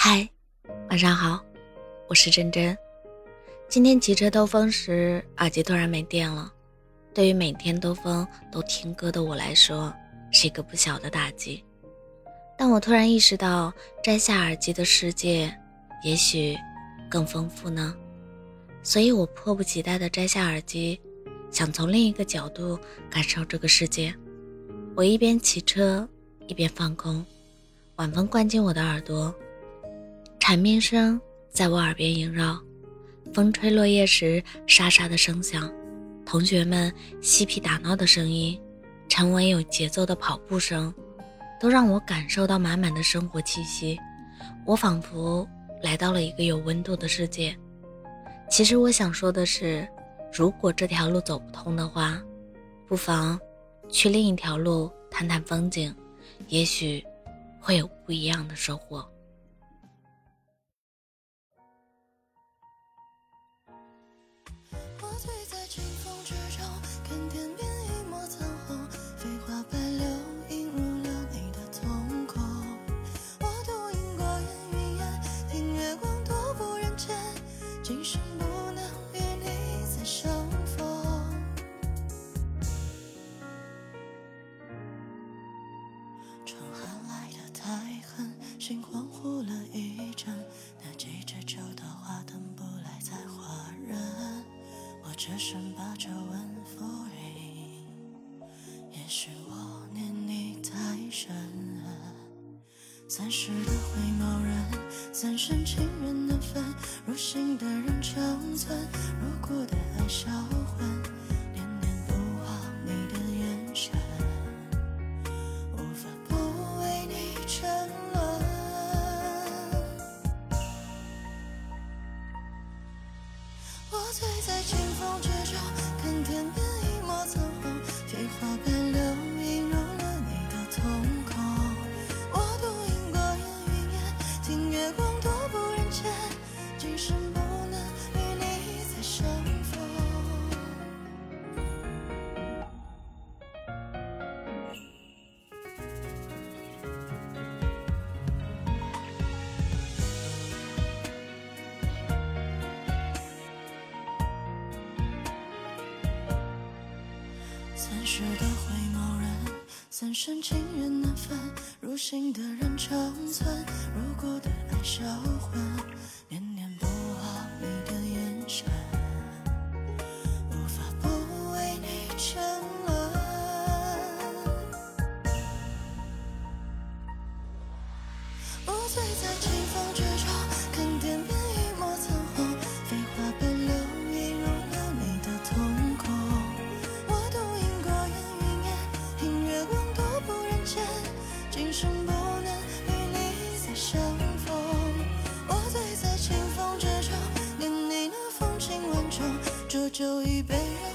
嗨，晚上好，我是珍珍。今天骑车兜风时，耳机突然没电了。对于每天兜风都听歌的我来说，是一个不小的打击。但我突然意识到，摘下耳机的世界，也许更丰富呢。所以我迫不及待地摘下耳机，想从另一个角度感受这个世界。我一边骑车，一边放空，晚风灌进我的耳朵，蝉鸣声在我耳边萦绕，风吹落叶时沙沙的声响，同学们嬉皮打闹的声音，沉稳有节奏的跑步声，都让我感受到满满的生活气息。我仿佛来到了一个有温度的世界。其实我想说的是，如果这条路走不通的话，不妨去另一条路探探风景，也许会有不一样的收获。 我醉在清风之中，看天边一抹苍红，飞花白柳映入了你的瞳孔。我独饮过烟云烟，听月光多不人间，今生不能与你再相逢。春寒来得太狠，心恍惚了一阵，那几只秋桃花等不来采花人，我只身把酒问浮云，也许我念你太深。三世的回眸人，三生情缘难分，入心的人长存，如故的爱销魂，念念不忘你的眼神，无法不为你沉沦。我醉在清风之中，看天边一抹苍红，飞花白柳映入了你的瞳孔。我独饮过烟云烟，听月光多不人间，今生不能与你再相逢。三世的回眸人，三生情缘难分，入心的人长存，如故的爱销魂，念念不忘你的眼神，无法不为你沉沦。我醉在清风之中，看天边一抹苍红，飞花白柳映入了你的瞳孔。我独饮过烟云烟，听月光多不人间，今生不能与你再相逢。我醉在清风之中，念你那风情万种，浊酒一杯人